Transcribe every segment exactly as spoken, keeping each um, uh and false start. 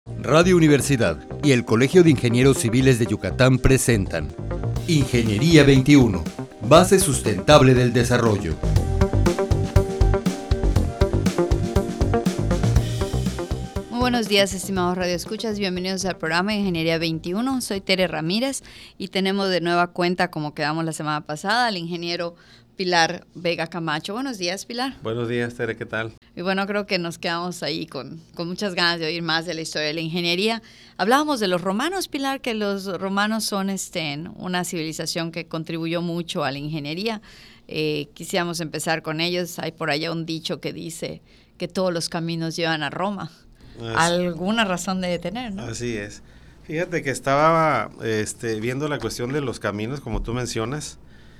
Radio Universidad y el Colegio de Ingenieros Civiles de Yucatán presentan Ingeniería veintiuno, base sustentable del desarrollo. Muy buenos días, estimados radioescuchas, bienvenidos al programa Ingeniería veintiuno. Soy Tere Ramírez y tenemos de nueva cuenta, como quedamos la semana pasada, al ingeniero Pilar Vega Camacho. Buenos días, Pilar. Buenos días, Tere, ¿qué tal? Y bueno, creo que nos quedamos ahí con, con muchas ganas de oír más de la historia de la ingeniería. Hablábamos de los romanos, Pilar, que los romanos son este, una civilización que contribuyó mucho a la ingeniería. Eh, quisiéramos empezar con ellos. Hay por allá un dicho que dice que todos los caminos llevan a Roma. Así, alguna razón debe tener, ¿no? Así es. Fíjate que estaba este, viendo la cuestión de los caminos, como tú mencionas.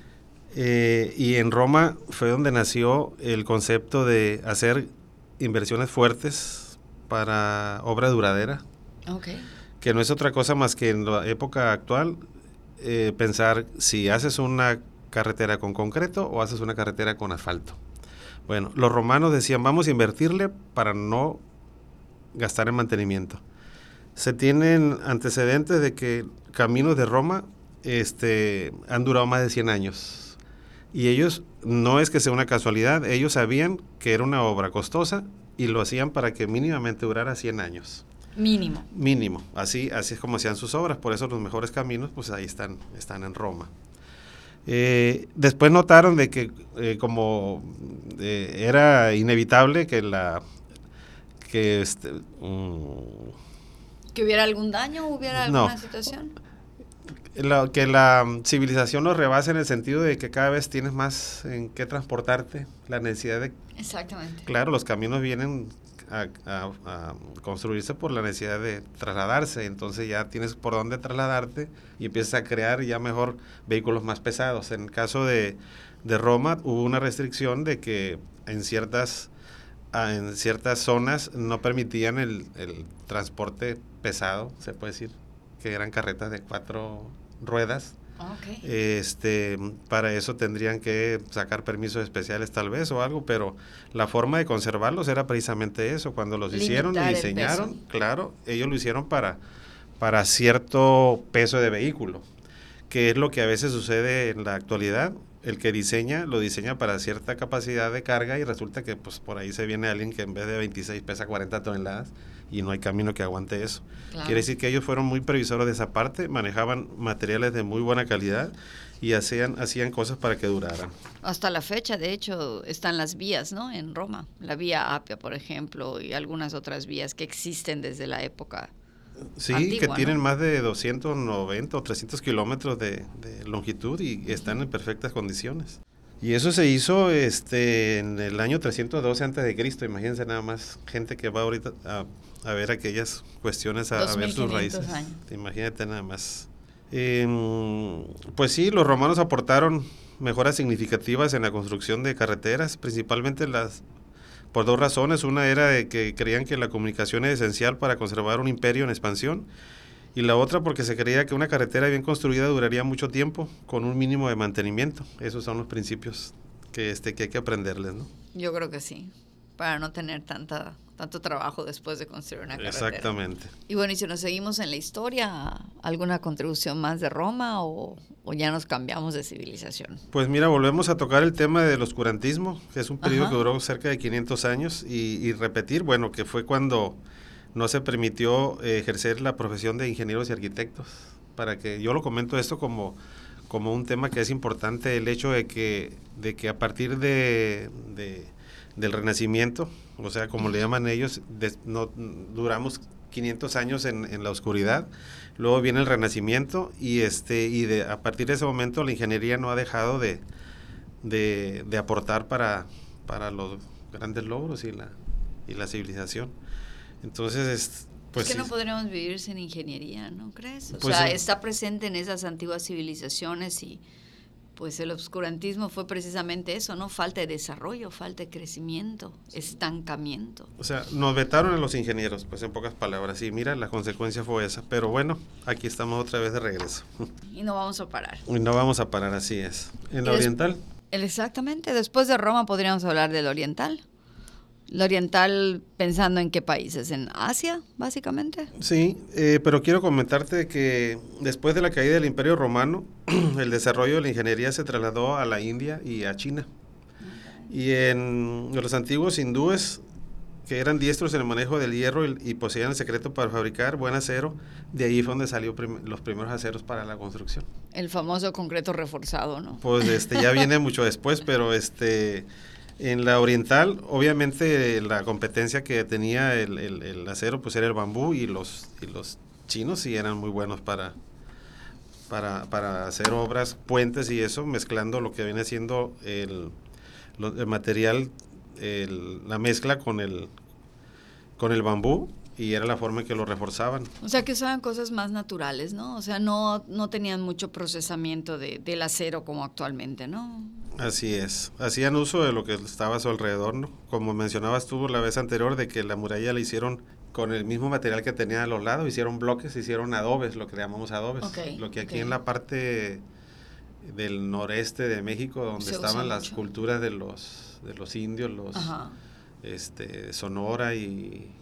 Eh, y en Roma fue donde nació el concepto de hacer inversiones fuertes para obra duradera, okay. Que no es otra cosa más que en la época actual eh, pensar si haces una carretera con concreto o haces una carretera con asfalto. Bueno, los romanos decían vamos a invertirle para no gastar en mantenimiento. Se tienen antecedentes de que caminos de Roma este, han durado más de cien años. Y ellos, no es que sea una casualidad, ellos sabían que era una obra costosa y lo hacían para que mínimamente durara cien años. Mínimo. Mínimo, así, así es como hacían sus obras, por eso los mejores caminos pues ahí están, están en Roma. Eh, después notaron de que eh, como eh, era inevitable que la... que este... Um, ¿Que hubiera algún daño o hubiera alguna no, situación? La, que la civilización nos rebasa en el sentido de que cada vez tienes más en qué transportarte, la necesidad de... Exactamente. Claro, los caminos vienen a, a, a construirse por la necesidad de trasladarse, entonces ya tienes por dónde trasladarte y empiezas a crear ya mejor vehículos más pesados. En el caso de, de Roma hubo una restricción de que en ciertas, en ciertas zonas no permitían el, el transporte pesado, se puede decir, que eran carretas de cuatro ruedas. Okay. Este, para eso tendrían que sacar permisos especiales tal vez o algo, pero la forma de conservarlos era precisamente eso. Cuando los Limitar hicieron y diseñaron, claro, ellos lo hicieron para, para cierto peso de vehículo, que es lo que a veces sucede en la actualidad. El que diseña, lo diseña para cierta capacidad de carga y resulta que pues por ahí se viene alguien que en vez de veintiséis pesa cuarenta toneladas y no hay camino que aguante eso. Claro. Quiere decir que ellos fueron muy previsores de esa parte, manejaban materiales de muy buena calidad y hacían, hacían cosas para que duraran. Hasta la fecha, de hecho, están las vías, ¿no? En Roma, la vía Apia, por ejemplo, y algunas otras vías que existen desde la época Sí, antigua, que tienen ¿no? más de doscientos noventa o trescientos kilómetros de, de longitud y están en perfectas condiciones. Y eso se hizo este, en el año trescientos doce antes de Cristo. Imagínense nada más gente que va ahorita a, a ver aquellas cuestiones, a, a ver sus raíces. Años. Imagínate nada más. Eh, pues sí, los romanos aportaron mejoras significativas en la construcción de carreteras, principalmente las... por dos razones. Una era de que creían que la comunicación es esencial para conservar un imperio en expansión, y la otra porque se creía que una carretera bien construida duraría mucho tiempo con un mínimo de mantenimiento. Esos son los principios que, este, que hay que aprenderles, ¿no? Yo creo que sí, para no tener tanta, tanto trabajo después de construir una carretera. Exactamente. Y bueno, y si nos seguimos en la historia, ¿alguna contribución más de Roma o, o ya nos cambiamos de civilización? Pues mira, volvemos a tocar el tema del oscurantismo, que es un periodo Ajá. que duró cerca de quinientos años, y, y repetir, bueno, que fue cuando no se permitió eh, ejercer la profesión de ingenieros y arquitectos. Para que yo lo comento esto como, como un tema que es importante, el hecho de que, de que a partir de, de, del Renacimiento, o sea, como le llaman ellos, de, no, duramos quinientos años en, en la oscuridad, luego viene el Renacimiento y, este, y de, a partir de ese momento la ingeniería no ha dejado de, de, de aportar para, para los grandes logros y la, y la civilización. Entonces, es, pues es que sí. no podríamos vivir sin ingeniería, ¿no crees? O pues sea, sí. Está presente en esas antiguas civilizaciones y pues el obscurantismo fue precisamente eso, ¿no? Falta de desarrollo, falta de crecimiento, estancamiento. O sea, nos vetaron a los ingenieros, pues en pocas palabras, y mira, la consecuencia fue esa. Pero bueno, aquí estamos otra vez de regreso. Y no vamos a parar. Y no vamos a parar, así es. ¿En la des- oriental? Exactamente, después de Roma podríamos hablar del oriental. La oriental, pensando en qué países, en Asia, básicamente. Sí, eh, pero quiero comentarte que después de la caída del Imperio Romano, el desarrollo de la ingeniería se trasladó a la India y a China. Y en los antiguos hindúes, que eran diestros en el manejo del hierro y, y poseían el secreto para fabricar buen acero, de ahí fue donde salieron prim los primeros aceros para la construcción. El famoso concreto reforzado, ¿no? Pues este ya viene mucho después, pero este en la oriental, obviamente la competencia que tenía el, el, el acero pues era el bambú, y los y los chinos sí eran muy buenos para para, para hacer obras, puentes y eso, mezclando lo que viene siendo el, lo, el material, el, la mezcla con el con el bambú, y era la forma en que lo reforzaban. O sea, que usaban cosas más naturales, ¿no? O sea, no, no tenían mucho procesamiento de, del acero como actualmente, ¿no? Así es. Hacían uso de lo que estaba a su alrededor, ¿no? Como mencionabas tú la vez anterior, de que la muralla la hicieron con el mismo material que tenía a los lados, hicieron bloques, hicieron adobes, lo que llamamos adobes. Okay, lo que aquí okay. en la parte del noreste de México, donde Se estaban las mucho. culturas de los, de los indios, los este Sonora y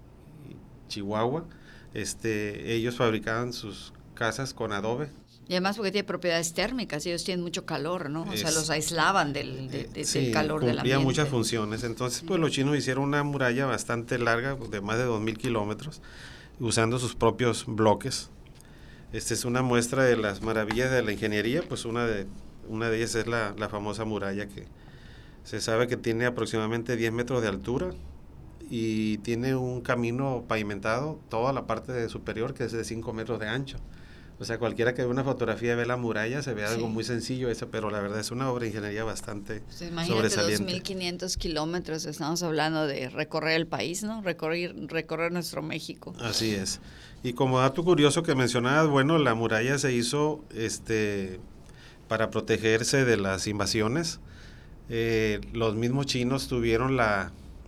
Chihuahua, este, ellos fabricaban sus casas con adobe. Y además porque tiene propiedades térmicas, ellos tienen mucho calor, ¿no? O es, sea, los aislaban del, de, de, sí, del calor del ambiente. Cumplía muchas funciones. Entonces, pues los chinos hicieron una muralla bastante larga, de más de dos mil kilómetros, usando sus propios bloques. Esta es una muestra de las maravillas de la ingeniería, pues una de, una de ellas es la, la famosa muralla, que se sabe que tiene aproximadamente diez metros de altura, y tiene un camino pavimentado, toda la parte de superior, que es de cinco metros de ancho. O sea, cualquiera que ve una fotografía y ve la muralla, se ve algo sí. muy sencillo eso, pero la verdad es una obra de ingeniería bastante pues sobresaliente. dos mil quinientos kilómetros, estamos hablando de recorrer el país, ¿no? Recorrer, recorrer nuestro México. Así es. Y como dato curioso que mencionabas, bueno, la muralla se hizo este para protegerse de las invasiones. Eh, los mismos chinos tuvieron la...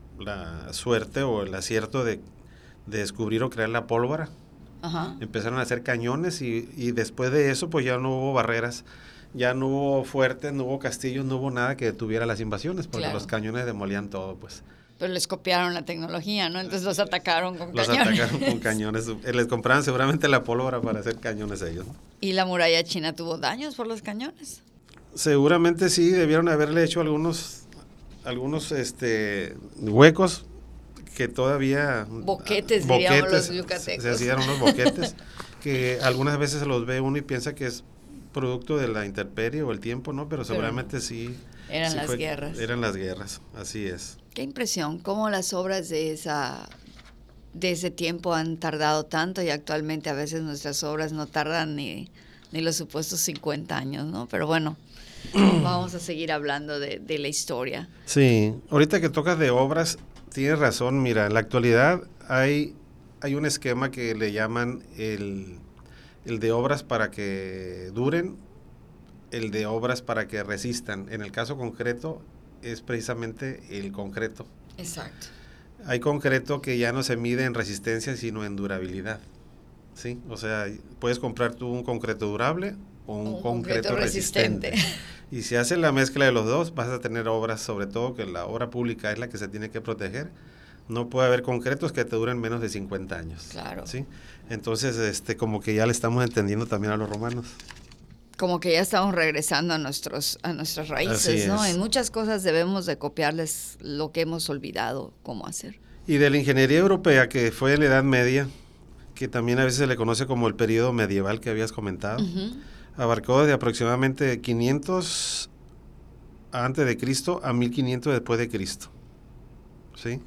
la suerte o el acierto de, de descubrir o crear la pólvora. Ajá. Empezaron a hacer cañones, y, y después de eso pues ya no hubo barreras, ya no hubo fuertes, no hubo castillos, no hubo nada que detuviera las invasiones, porque claro. los cañones demolían todo, pues. Pero les copiaron la tecnología, ¿no? Entonces los atacaron con los cañones. Los atacaron con cañones, les compraban seguramente la pólvora para hacer cañones ellos, ¿no? ¿Y la muralla china tuvo daños por los cañones? Seguramente sí, debieron haberle hecho algunos algunos este huecos que todavía boquetes, boquetes diríamos los yucatecos. Se hacían unos boquetes que algunas veces se los ve uno y piensa que es producto de la intemperie o el tiempo, ¿no? Pero seguramente Pero sí eran sí las fue, guerras. Eran las guerras, así es. Qué impresión, cómo las obras de esa de ese tiempo han tardado tanto, y actualmente a veces nuestras obras no tardan ni, ni los supuestos cincuenta años, ¿no? Pero bueno, vamos a seguir hablando de, de la historia. Sí, ahorita que tocas de obras, tienes razón. Mira, en la actualidad hay, hay un esquema que le llaman el, el de obras para que duren, el de obras para que resistan. En el caso concreto es precisamente el concreto. Exacto. Hay concreto que ya no se mide en resistencia, sino en durabilidad. ¿Sí? O sea, puedes comprar tú un concreto durable o un, un concreto, concreto resistente. resistente. Y si haces la mezcla de los dos, vas a tener obras, sobre todo que la obra pública es la que se tiene que proteger. No puede haber concretos que te duren menos de cincuenta años. Claro. ¿Sí? Entonces, este, como que ya le estamos entendiendo también a los romanos. Como que ya estamos regresando a nuestros a nuestras raíces, ¿no? En muchas cosas debemos de copiarles lo que hemos olvidado cómo hacer. Y de la ingeniería europea, que fue en la Edad Media, que también a veces se le conoce como el periodo medieval que habías comentado, uh-huh. abarcó desde aproximadamente quinientos antes de Cristo a mil quinientos después de Cristo. ¿Sí?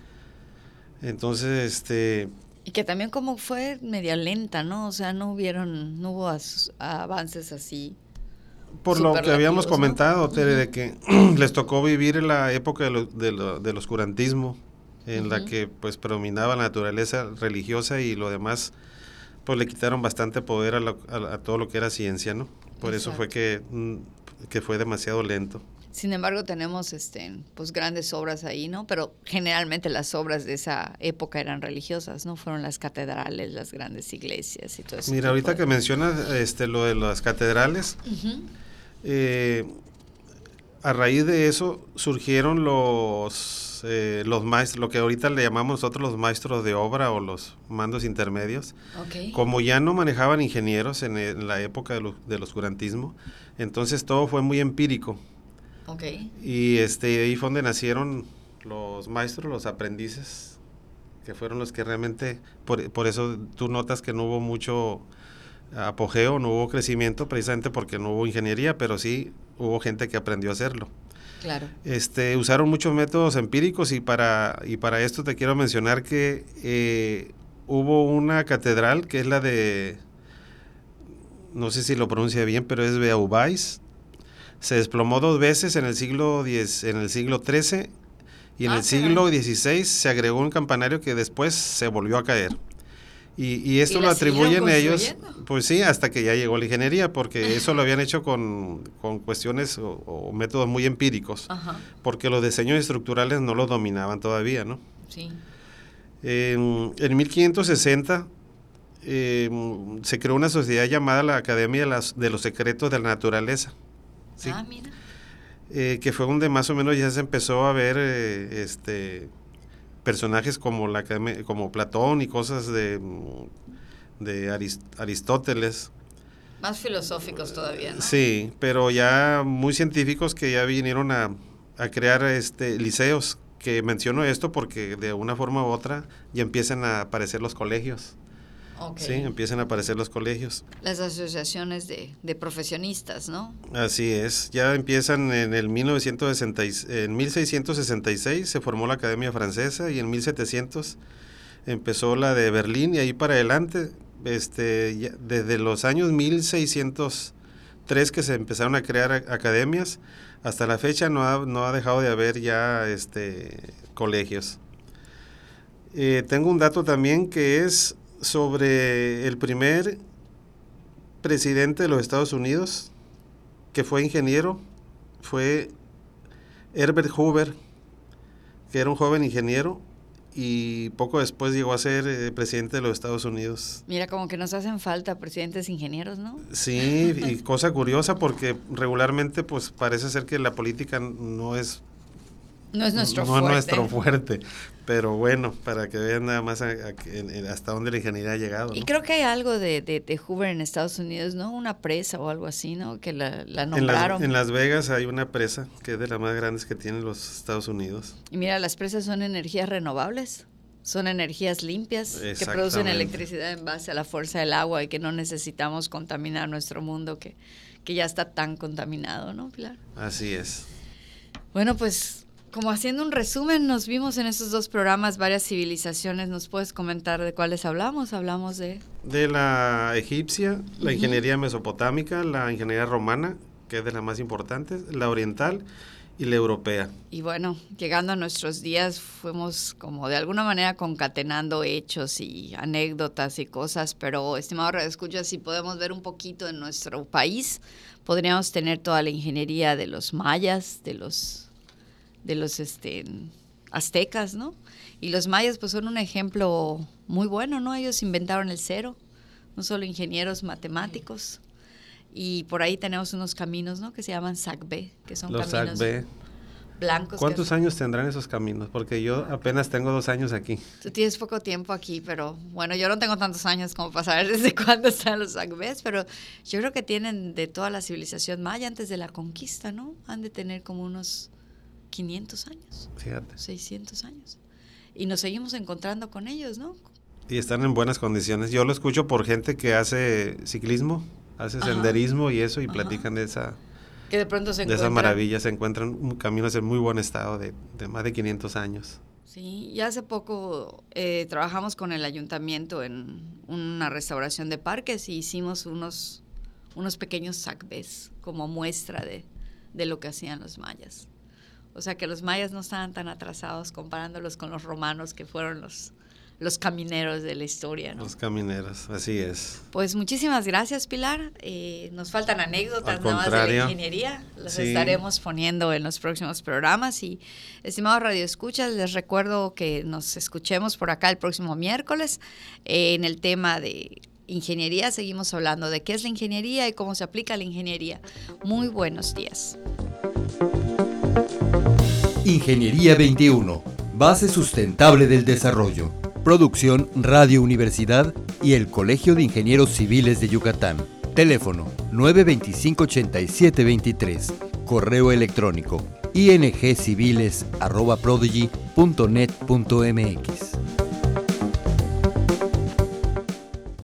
Entonces, este... Y que también como fue media lenta, ¿no? O sea, no hubieron, no hubo as, avances así. Por lo que habíamos comentado, ¿no? Tere, uh-huh. de que les tocó vivir la época de lo, de lo, del oscurantismo, en uh-huh. la que pues predominaba la naturaleza religiosa, y lo demás pues le quitaron bastante poder a, lo, a, a todo lo que era ciencia, ¿no? Por Exacto. eso fue que, que fue demasiado lento. Sin embargo, tenemos este, pues grandes obras ahí, ¿no? Pero generalmente las obras de esa época eran religiosas, ¿no? Fueron las catedrales, las grandes iglesias y todo eso. Mira, ahorita de... que mencionas este, lo de las catedrales, uh-huh. eh, a raíz de eso surgieron los los, eh, los maestros, lo que ahorita le llamamos nosotros los maestros de obra o los mandos intermedios. Okay. Como ya no manejaban ingenieros en, en la época del, del oscurantismo, entonces todo fue muy empírico. Okay. Y este, ahí fue donde nacieron los maestros, los aprendices, que fueron los que realmente, por, por eso tú notas que no hubo mucho apogeo, no hubo crecimiento, precisamente porque no hubo ingeniería, pero sí hubo gente que aprendió a hacerlo. Claro. Este, usaron muchos métodos empíricos y para, y para esto te quiero mencionar que eh, hubo una catedral que es la de, no sé si lo pronuncia bien, pero es Beauvais. Se desplomó dos veces en el siglo diez, en el siglo trece y en ah, el siglo dieciséis se agregó un campanario que después se volvió a caer. Y, y esto ¿Y lo atribuyen ellos, construyendo? pues sí, hasta que ya llegó la ingeniería, porque eso lo habían hecho con, con cuestiones o, o métodos muy empíricos, Ajá. porque los diseños estructurales no los dominaban todavía, ¿no? Sí. En, en mil quinientos sesenta eh, se creó una sociedad llamada la Academia de, las, de los Secretos de la Naturaleza. ¿Sí? Ah, mira. Eh, que fue donde más o menos ya se empezó a ver eh, este personajes como la como Platón y cosas de, de Arist, Aristóteles. Más filosóficos todavía, ¿no? Sí, pero ya muy científicos que ya vinieron a, a crear este liceos, que menciono esto porque de una forma u otra ya empiezan a aparecer los colegios. Okay. Sí, empiezan a aparecer los colegios. Las asociaciones de, de profesionistas, ¿no? Así es, ya empiezan en el mil novecientos sesenta, en mil seiscientos sesenta y seis se formó la Academia Francesa y en mil setecientos empezó la de Berlín y ahí para adelante, este, ya, desde los años mil seiscientos tres que se empezaron a crear a, academias, hasta la fecha no ha, no ha dejado de haber ya este, colegios. Eh, tengo un dato también que es sobre el primer presidente de los Estados Unidos que fue ingeniero, fue Herbert Hoover, que era un joven ingeniero y poco después llegó a ser eh, presidente de los Estados Unidos. Mira, como que nos hacen falta presidentes ingenieros, ¿no? Sí, y cosa curiosa porque regularmente pues parece ser que la política no es No es nuestro no fuerte. es nuestro fuerte, pero bueno, para que vean nada más a, a, hasta dónde la ingeniería ha llegado, ¿no? Y creo que hay algo de, de, de Hoover en Estados Unidos, ¿no? Una presa o algo así, ¿no? Que la, la nombraron. En las, en Las Vegas hay una presa que es de las más grandes que tienen los Estados Unidos. Y mira, las presas son energías renovables, son energías limpias que producen electricidad en base a la fuerza del agua y que no necesitamos contaminar nuestro mundo que, que ya está tan contaminado, ¿no, Pilar? Así es. Bueno, pues como haciendo un resumen, nos vimos en esos dos programas varias civilizaciones. ¿Nos puedes comentar de cuáles hablamos? Hablamos de... De la egipcia, la uh-huh. ingeniería mesopotámica, la ingeniería romana, que es de las más importantes, la oriental y la europea. Y bueno, llegando a nuestros días, fuimos como de alguna manera concatenando hechos y anécdotas y cosas, pero, estimado radioescucha, si podemos ver un poquito en nuestro país, podríamos tener toda la ingeniería de los mayas, de los... de los este, aztecas, ¿no? Y los mayas pues son un ejemplo muy bueno, ¿no? Ellos inventaron el cero, no solo ingenieros matemáticos, y por ahí tenemos unos caminos, ¿no? Que se llaman Sacbé, que son los caminos Sacbé. blancos. ¿Cuántos años tendrán esos caminos? Porque yo apenas tengo dos años aquí. Tú tienes poco tiempo aquí, pero bueno, yo no tengo tantos años como para saber desde cuándo están los Sacbés, pero yo creo que tienen de toda la civilización maya antes de la conquista, ¿no? Han de tener como unos quinientos años, fíjate, seiscientos años, y nos seguimos encontrando con ellos, ¿no? Y están en buenas condiciones. Yo lo escucho por gente que hace ciclismo, hace Ajá. senderismo y eso, y Ajá. platican de esa, que de pronto se de esa maravilla, se encuentran caminos en muy buen estado de, de más de quinientos años. Sí, y hace poco eh, trabajamos con el ayuntamiento en una restauración de parques y hicimos unos, unos pequeños sacbés como muestra de, de lo que hacían los mayas. O sea que los mayas no estaban tan atrasados comparándolos con los romanos, que fueron los, los camineros de la historia, ¿no? Los camineros, así es. Pues muchísimas gracias, Pilar. Eh, nos faltan anécdotas nada más de la ingeniería. Las sí. estaremos poniendo en los próximos programas. Y, estimados radioescuchas, les recuerdo que nos escuchemos por acá el próximo miércoles eh, en el tema de ingeniería. Seguimos hablando de qué es la ingeniería y cómo se aplica la ingeniería. Muy buenos días. Ingeniería veintiuno, base sustentable del desarrollo. Producción Radio Universidad y el Colegio de Ingenieros Civiles de Yucatán. Teléfono nueve dos cinco, ocho siete dos tres. Correo electrónico ingciviles arroba prodigy punto net punto mx.